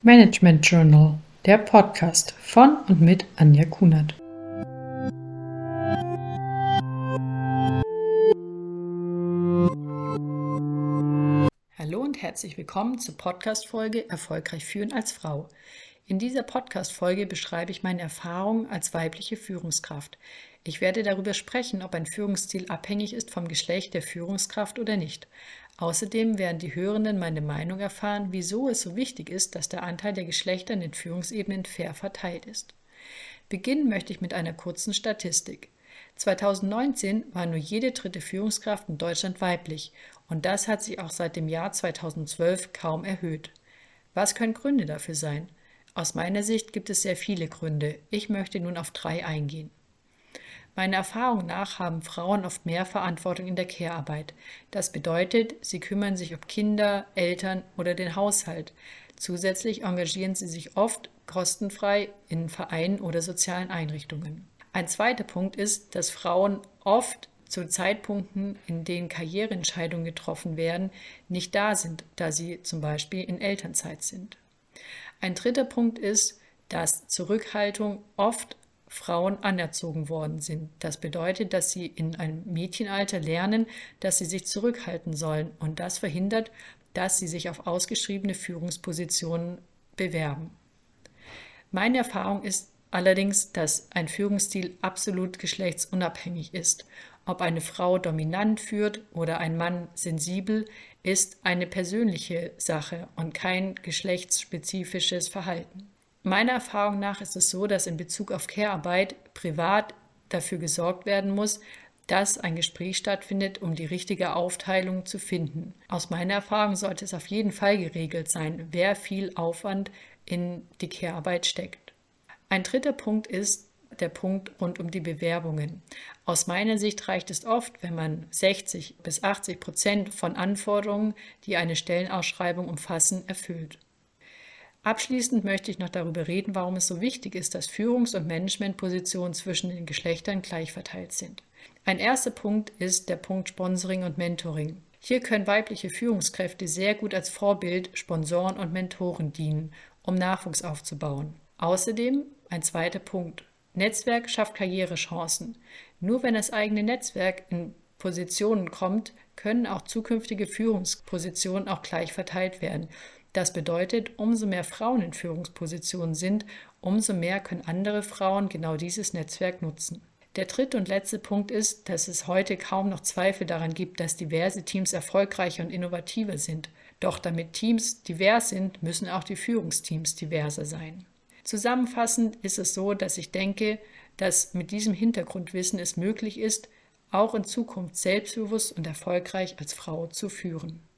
Management Journal, der Podcast von und mit Anja Kunert. Hallo und herzlich willkommen zur Podcast-Folge Erfolgreich führen als Frau. In dieser Podcast-Folge beschreibe ich meine Erfahrungen als weibliche Führungskraft. Ich werde darüber sprechen, ob ein Führungsstil abhängig ist vom Geschlecht der Führungskraft oder nicht. Außerdem werden die Hörenden meine Meinung erfahren, wieso es so wichtig ist, dass der Anteil der Geschlechter in den Führungsebenen fair verteilt ist. Beginnen möchte ich mit einer kurzen Statistik. 2019 war nur jede dritte Führungskraft in Deutschland weiblich und das hat sich auch seit dem Jahr 2012 kaum erhöht. Was können Gründe dafür sein? Aus meiner Sicht gibt es sehr viele Gründe. Ich möchte nun auf 3 eingehen. Meiner Erfahrung nach haben Frauen oft mehr Verantwortung in der Care-Arbeit. Das bedeutet, sie kümmern sich um Kinder, Eltern oder den Haushalt. Zusätzlich engagieren sie sich oft kostenfrei in Vereinen oder sozialen Einrichtungen. Ein zweiter Punkt ist, dass Frauen oft zu Zeitpunkten, in denen Karriereentscheidungen getroffen werden, nicht da sind, da sie zum Beispiel in Elternzeit sind. Ein dritter Punkt ist, dass Zurückhaltung oft Frauen anerzogen worden sind. Das bedeutet, dass sie in einem Mädchenalter lernen, dass sie sich zurückhalten sollen und das verhindert, dass sie sich auf ausgeschriebene Führungspositionen bewerben. Meine Erfahrung ist allerdings, dass ein Führungsstil absolut geschlechtsunabhängig ist. Ob eine Frau dominant führt oder ein Mann sensibel, ist eine persönliche Sache und kein geschlechtsspezifisches Verhalten. Meiner Erfahrung nach ist es so, dass in Bezug auf Care-Arbeit privat dafür gesorgt werden muss, dass ein Gespräch stattfindet, um die richtige Aufteilung zu finden. Aus meiner Erfahrung sollte es auf jeden Fall geregelt sein, wer viel Aufwand in die Care-Arbeit steckt. Ein dritter Punkt ist der Punkt rund um die Bewerbungen. Aus meiner Sicht reicht es oft, wenn man 60-80% von Anforderungen, die eine Stellenausschreibung umfassen, erfüllt. Abschließend möchte ich noch darüber reden, warum es so wichtig ist, dass Führungs- und Managementpositionen zwischen den Geschlechtern gleich verteilt sind. Ein erster Punkt ist der Punkt Sponsoring und Mentoring. Hier können weibliche Führungskräfte sehr gut als Vorbild, Sponsoren und Mentoren dienen, um Nachwuchs aufzubauen. Außerdem ein zweiter Punkt. Netzwerk schafft Karrierechancen. Nur wenn das eigene Netzwerk in Positionen kommt, können auch zukünftige Führungspositionen auch gleich verteilt werden. Das bedeutet, umso mehr Frauen in Führungspositionen sind, umso mehr können andere Frauen genau dieses Netzwerk nutzen. Der dritte und letzte Punkt ist, dass es heute kaum noch Zweifel daran gibt, dass diverse Teams erfolgreicher und innovativer sind. Doch damit Teams divers sind, müssen auch die Führungsteams diverser sein. Zusammenfassend ist es so, dass ich denke, dass mit diesem Hintergrundwissen es möglich ist, auch in Zukunft selbstbewusst und erfolgreich als Frau zu führen.